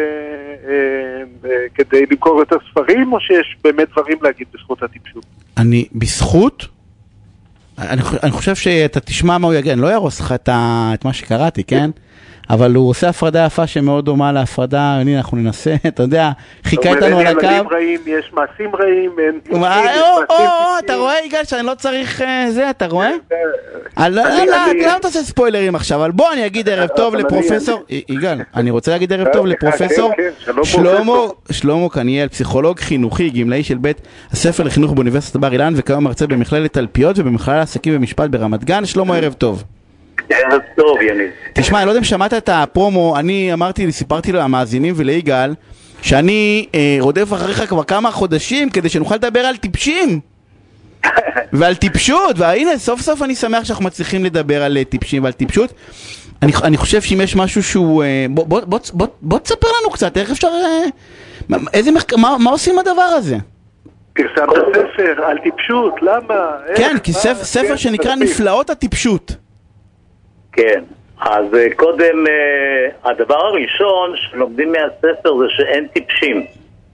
כדי למכור יותר ספרים, או שיש באמת דברים להגיד בזכות הטיפשות? אני, בזכות? אני חושב שאתה תשמע מה הוא יגיד, אני לא ירוס לך את מה שקראתי, כן? אבל הוא עושה הפרדה יפה שמאוד דומה להפרדה, הנה אנחנו ננסה, אתה יודע, חיכה איתנו על הקו. יש מעשים רעים, אתה רואה יגאל שאני לא צריך זה, אתה רואה? למה אתה עושה ספוילרים עכשיו? אבל בוא אני אגיד ערב טוב לפרופסור, יגאל, אני רוצה להגיד ערב טוב לפרופסור שלמה קניאל, פסיכולוג חינוכי, גמלאי של בית הספר לחינוך באוניברסיטת בר אילן, וכיום מרצה במכללת תלפיות ובמכללה לעסקים ומשפט ברמת גן. שלמה, ערב טוב. ערב טוב, יניב. תשמע, אני לא יודע אם שמעת את הפרומו, אני סיפרתי למאזינים וליגאל, שאני רודף אחריך כבר כמה חודשים כדי שנוכל לדבר על טיפשים ועל טיפשות, והנה סוף סוף אני שמח שאנחנו מצליחים לדבר על טיפשים ועל טיפשות. אני חושב שאם יש משהו שהוא, בוא תספר לנו קצת, איך אפשר, מה עושים הדבר הזה? פרסמת ספר על טיפשות, למה? כן, כי ספר שנקרא נפלאות הטיפשות. כן, אז קודם, הדבר הראשון שלומדים מהספר זה שאין טיפשים.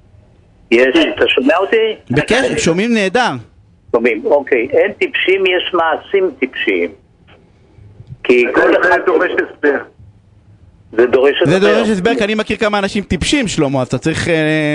אתה שומע אותי? בכן, שומעים נהדר. שומעים, אוקיי. אין טיפשים, יש מעשים טיפשיים. כי כל אחד... זה דורש הסבר. זה דורש הסבר, כי אני מכיר כמה אנשים טיפשים, שלמה, אז אתה צריך...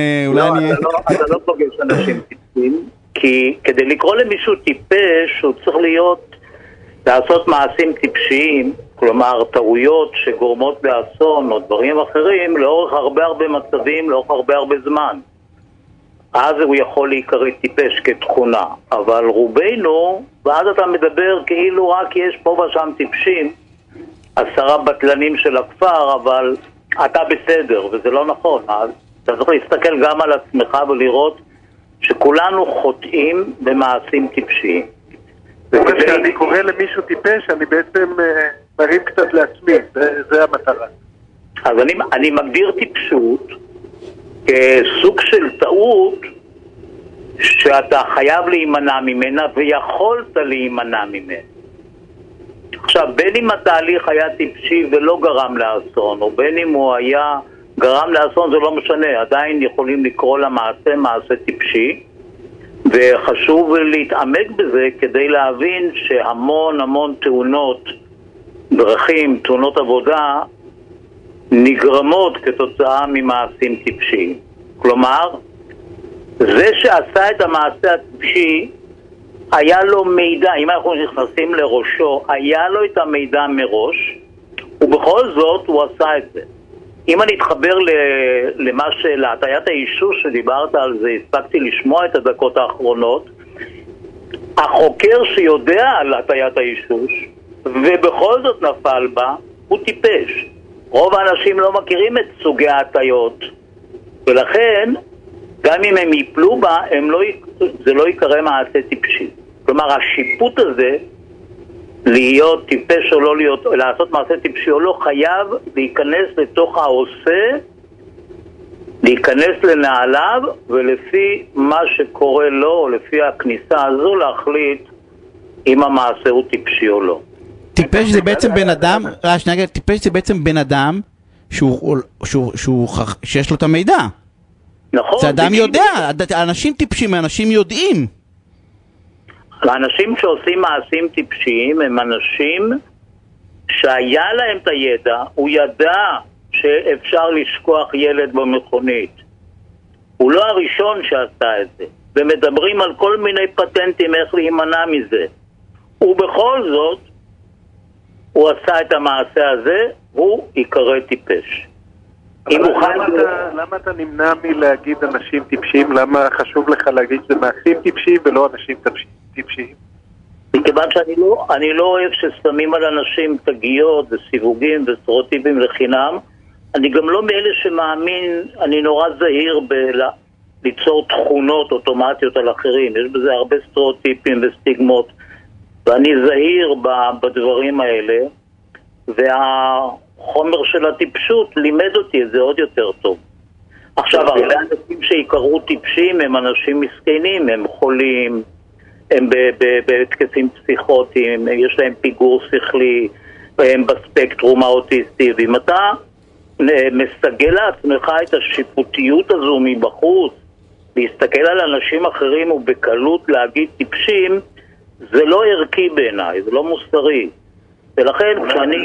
אתה לא פוגש אנשים טיפשים, כי כדי לקרוא למישהו טיפש, הוא צריך לעשות מעשים טיפשיים, כלומר טעויות שגורמות לאסון או דברים אחרים, לאורך הרבה מצבים, לאורך הרבה זמן. אז הוא יכול להיקרא טיפש כתכונה, אבל רובנו, ואז אתה מדבר כאילו רק יש פה ושם טיפשים, 10 בטלנים של הכפר, אבל אתה בסדר, וזה לא נכון. אז אתה צריך להסתכל גם על עצמך ולראות שכולנו חוטאים במעשים טיפשיים. כשאני קורא למישהו טיפש, אני בעצם מרים קצת לעצמי, זה המטרה. אז אני מגדיר טיפשות כסוג של טעות שאתה חייב להימנע ממנה ויכולת להימנע ממנה. עכשיו, בין אם התהליך היה טיפשי ולא גרם לאסון, או בין אם הוא היה גרם לאסון, זה לא משנה, עדיין יכולים לקרוא מעשה טיפשי, וחשוב להתעמק בזה כדי להבין שהמון תאונות דרכים, תאונות עבודה, נגרמות כתוצאה ממעשים טיפשיים. כלומר, זה שעשה את המעשה הטיפשי, היה לו מידע, אם אנחנו נכנסים לראשו, היה לו את המידע מראש, ובכל זאת הוא עשה את זה. אם אני אתחבר למה להטיית האישוש שדיברת על זה, הספקתי לשמוע את הדקות האחרונות, החוקר שיודע על הטיית האישוש, ובכל זאת נפל בה, הוא טיפש. רוב האנשים לא מכירים את סוגי ההטיות, ולכן, גם אם הם ייפלו בה, זה לא יקרא מעשה טיפשי. כלומר, השיפוט הזה, להיות טיפש או לא להיות, לעשות מעשה טיפשי או לא, חייב להיכנס לתוך העושה, להיכנס לנעליו, ולפי מה שקורה לו, או לפי הכניסה הזו, להחליט אם המעשה הוא טיפשי או לא. טיפש זה בעצם בן אדם, טיפש זה בעצם בן אדם שיש לו את המידע. נכון. זה אדם יודע, אנשים טיפשים, אנשים יודעים. האנשים שעושים מעשים טיפשיים הם אנשים שהיה להם את הידע, הוא ידע שאפשר לשכוח ילד במכונית. הוא לא הראשון שעשה את זה, ומדברים על כל מיני פטנטים איך להימנע מזה. ובכל זאת, הוא עשה את המעשה הזה, הוא יקרא טיפש. למה אתה נמנע מלהגיד אנשים טיפשים? למה חשוב לך להגיד שזה מעשים טיפשים ולא אנשים טיפשים? מכיוון שאני לא אוהב ששמים על אנשים תגיות וסיווגים וסטריאוטיפים לחינם. אני גם לא מאלה שמאמין, אני נורא זהיר ליצור תכונות אוטומטיות על אחרים. יש בזה הרבה סטריאוטיפים וסטיגמות, ואני זהיר בדברים האלה, והחומר של הטיפשות לימד אותי את זה עוד יותר טוב. עכשיו, הרבה אנשים שיקראו טיפשים הם אנשים מסכנים, הם חולים, הם בהתקפים פסיכוטיים, יש להם פיגור שכלי, הם בספקטרום האוטיסטי, ואם אתה מסגל לעצמך את השיפוטיות הזו מבחוץ, להסתכל על אנשים אחרים ובקלות להגיד טיפשים, זה לא ערכי בעיניי, זה לא מוסרי. ולכן כשאני...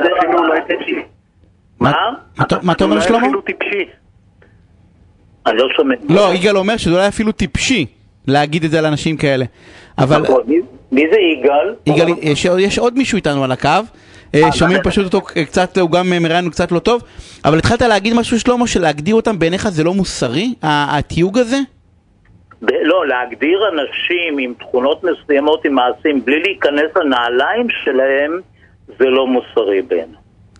מה אתה אומר, שלמה? אפילו טיפשי. אני לא שומע. לא, יגאל אומר שזה אולי אפילו טיפשי להגיד את זה על אנשים כאלה. אבל... מי זה יגאל? יגאל, יש עוד מישהו איתנו על הקו. שומעים פשוט אותו קצת, הוא גם מראיין קצת לא טוב. אבל התחלת להגיד משהו, שלמה, שלהגדיר אותם בעיניך זה לא מוסרי? התיוג הזה? לא, להגדיר אנשים עם תכונות מסוימות, עם מעשים, בלי להיכנס לנעליים שלהם, זה לא מוסרי בעיניי.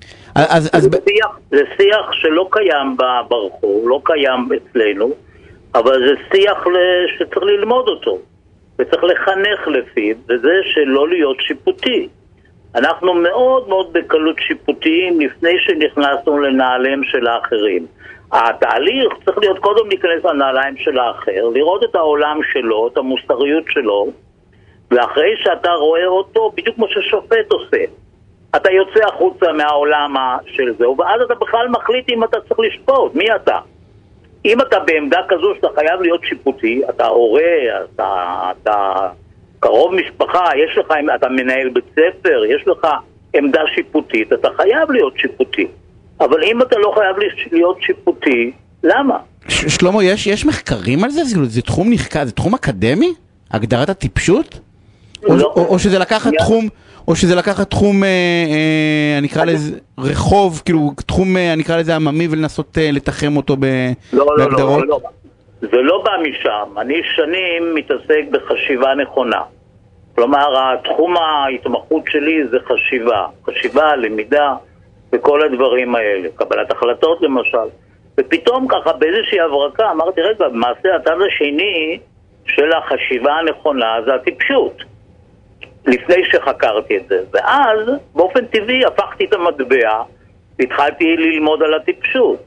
זה שיח שלא קיים ברחוב, לא קיים אצלנו, אבל זה שיח שצריך ללמוד אותו, וצריך לחנך לפיו, וזה שלא להיות שיפוטי. אנחנו מאוד מאוד בקלות שיפוטיים לפני שנכנסנו לנעליהם של האחרים. התהליך צריך להיות קודם להיכנס לנעליים של האחר, לראות את העולם שלו, את המוסריות שלו, ואחרי שאתה רואה אותו, בדיוק כמו ששופט עושה, אתה יוצא החוצה מהעולם של זה, ואז אתה בכלל מחליט אם אתה צריך לשפוט, מי אתה? אם אתה בעמדה כזו שאתה חייב להיות שיפוטי, אתה הורה, אתה קרוב משפחה, יש לך, אתה מנהל בית ספר, יש לך עמדה שיפוטית, אתה חייב להיות שיפוטי. אבל אם אתה לא חייב להיות שיפוטי, למה? שלמה, יש מחקרים על זה? זה תחום נחקר, זה תחום אקדמי? הגדרת הטיפשות? או שזה לקחת תחום, או שזה לקחת תחום, אני אקרא לזה רחוב, כאילו תחום, אני אקרא לזה עממי ולנסות לתחם אותו בהגדרות? לא. זה לא בא משם. אני שנים מתעסק בחשיבה נכונה. כלומר, התחום ההתמחות שלי זה חשיבה, למידה וכל הדברים האלה. קבלת החלטות למשל. ופתאום ככה באיזושהי הברקה אמרתי, רגע, במעשה הצד השני של החשיבה הנכונה זה הטיפשות. לפני שחקרתי את זה. ואז באופן טבעי הפכתי את המטבע, התחלתי ללמוד על הטיפשות.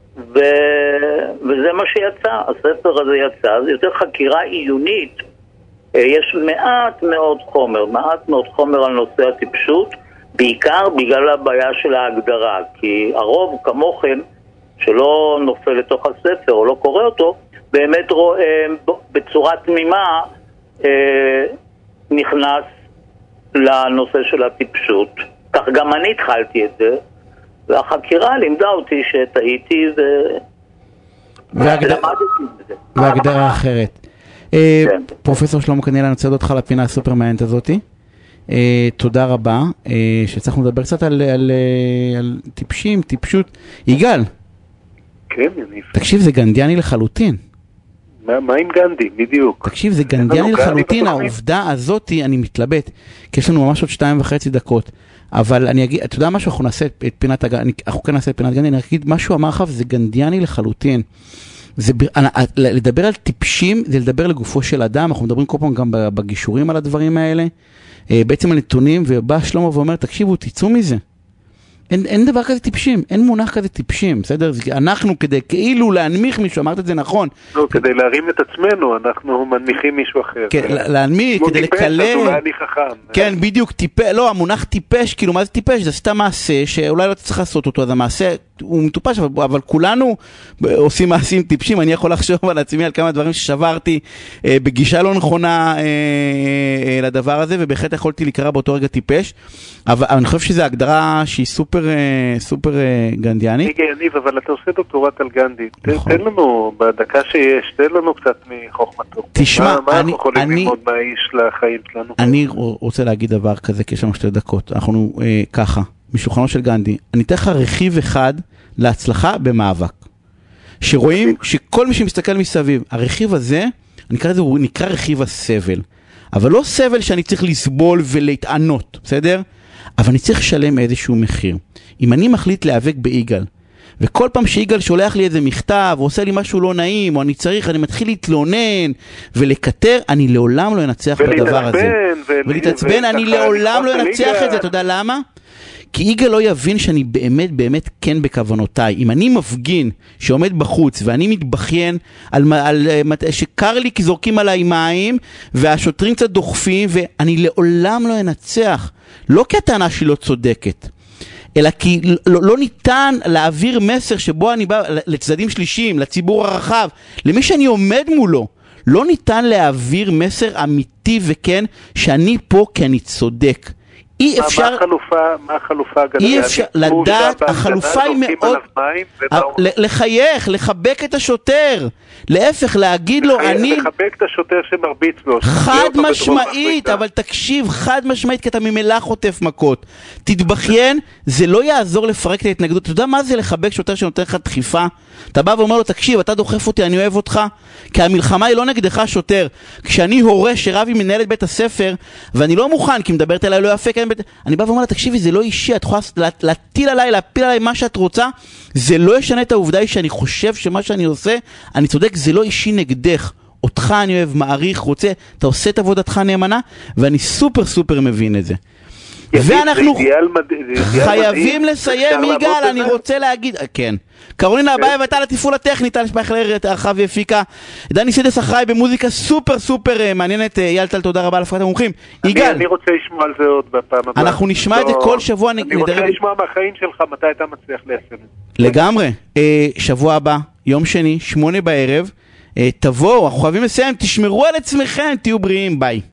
וזה מה שיצא. הספר הזה יצא, זה יותר חקירה עיונית. יש מעט מאוד חומר על נושא הטיפשות, בעיקר בגלל הבעיה של ההגדרה. כי הרוב כמוכם שלא נופל לתוך הספר או לא קורא אותו, באמת רואה בצורה תמימה נכנס לנושא של הטיפשות. כך גם אני התחלתי את זה, והחקירה לימדה אותי שטעיתי ולמדתי את זה. והגדרה אחרת. פרופסור שלמה קניאל, אני רוצה לדעת לך לפינה הסופר מעניינת הזאת. תודה רבה, שצריכים לדבר קצת על טיפשים, טיפשות. יגאל. כן, יניב. תקשיב, זה גנדיאני לחלוטין. מה עם גנדי? בדיוק. תקשיב, זה גנדיאני לחלוטין, העובדה הזאת, אני מתלבט, כי יש לנו ממש עוד 2.5 דקות, אבל אני אגיד, אתה יודע משהו, אנחנו נעשה את פינת גנדי, אני אגיד, משהו אמר לך, זה גנדיאני לחלוטין. לדבר על טיפשים, זה לדבר לגופו של אדם, אנחנו מדברים כל פעם גם בגישורים על הדברים האלה, בעצם על נתונים, ובא שלמה ואומר, תקשיבו, תצאו מזה. אין דבר כזה טיפשים, אין מונח כזה טיפשים, בסדר? אנחנו כדי כאילו להנמיך מישהו, אמרת את זה נכון. לא, כדי להרים את עצמנו, אנחנו מנמיכים מישהו אחר. כן, להנמיך, כדי לקלל. אז אולי אני חכם. כן, בדיוק, לא, המונח טיפש, כאילו מה זה טיפש? זה סתם מעשה שאולי לא צריך לעשות אותו, אז המעשה הוא מטופש, אבל כולנו עושים מעשים טיפשים. אני יכול לחשוב על עצמי על כמה דברים ששברתי בגישה לא נכונה לדבר הזה, ובהחלט יכולתי לקרוא באותו רגע טיפש, אבל אני חושב שזו הגדרה שהיא סופר גנדיאנית. יניב, אבל אתה עושה דוקטורט על גנדי. תן לנו, בדקה שיש, תן לנו קצת מחוכמתו. תשמע, מה אנחנו יכולים ללמוד מהאיש לחיים שלנו? אני רוצה להגיד דבר כזה, כי יש לנו 2 דקות. אנחנו ככה, משולחנו של גנדי, אני אתן לך רכיב אחד להצלחה במאבק. שרואים שכל מי שמסתכל מסביב, הרכיב הזה, אני אקרא לזה, הוא נקרא רכיב הסבל. אבל לא סבל שאני צריך לסבול ולהתענות, בסדר? אבל אני צריך לשלם איזשהו מחיר. אם אני מחליט להיאבק ביגאל, וכל פעם שיגאל שולח לי איזה מכתב, או עושה לי משהו לא נעים, או אני מתחיל להתלונן ולקטר, אני לעולם לא אנצח בדבר הזה. ולהתעצבן, אני לעולם לא אנצח את זה. אתה יודע למה? כי יגאל לא יבין שאני באמת כן בכוונותיי. אם אני מפגין שעומד בחוץ ואני מתבכיין על שקר לי כי זורקים עליי מים והשוטרים קצת דוחפים, ואני לעולם לא אנצח. לא כי הטענה שלי לא צודקת, אלא כי לא ניתן להעביר מסר שבו אני בא לצדדים שלישיים, לציבור הרחב, למי שאני עומד מולו. לא ניתן להעביר מסר אמיתי וכן שאני פה כי אני צודק. אי אפשר... מה החלופה? אי אפשר לדעת, החלופה היא מאוד... לחייך, לחבק את השוטר. להפך, להגיד לו, אני... לחבק את השוטר שמרביץ לו. חד משמעית, אבל תקשיב, חד משמעית, כי אתה ממילא חוטף מכות. תתבכיין, זה לא יעזור לפרק את ההתנגדות. אתה יודע מה זה לחבק שוטר שנותן לך דחיפה? אתה בא ואומר לו, תקשיב, אתה דוחף אותי, אני אוהב אותך, כי המלחמה היא לא נגדך שוטר. כשאני הורה שרב עם מנהלת בית הספר, ואני לא מוכן, כי מדברת אליי לא יפה, אני בא ואומר לה, תקשיבי, זה לא אישי, את יכולה להפיל עליי מה שאת רוצה, זה לא ישנה את העובדה שאני חושב שמה שאני עושה, אני צודק, זה לא אישי נגדך. אותך אני אוהב, מעריך, רוצה, אתה עושה את עבודתך נאמנה, ואני סופר מבין את זה. ואנחנו חייבים לסיים, יגאל, אני רוצה להגיד, כן, קרולינה הבאה ואתה לתפעול הטכני, טל שפייכלר ערכה והפיקה, דני סידס אחראי במוזיקה סופר סופר מעניינת. אייל טל, תודה רבה על הפקת המומחים. יגאל, אני רוצה לשמוע על זה עוד בפעם הבאה. אנחנו נשמע את זה כל שבוע. אני רוצה לשמוע מהחיים שלך מתי אתה מצליח ליישם את זה. לגמרי. שבוע הבא, יום שני, 8 בערב, תבואו, אנחנו חייבים לסיים, תשמרו על עצמכם, תהיו בריאים, ביי.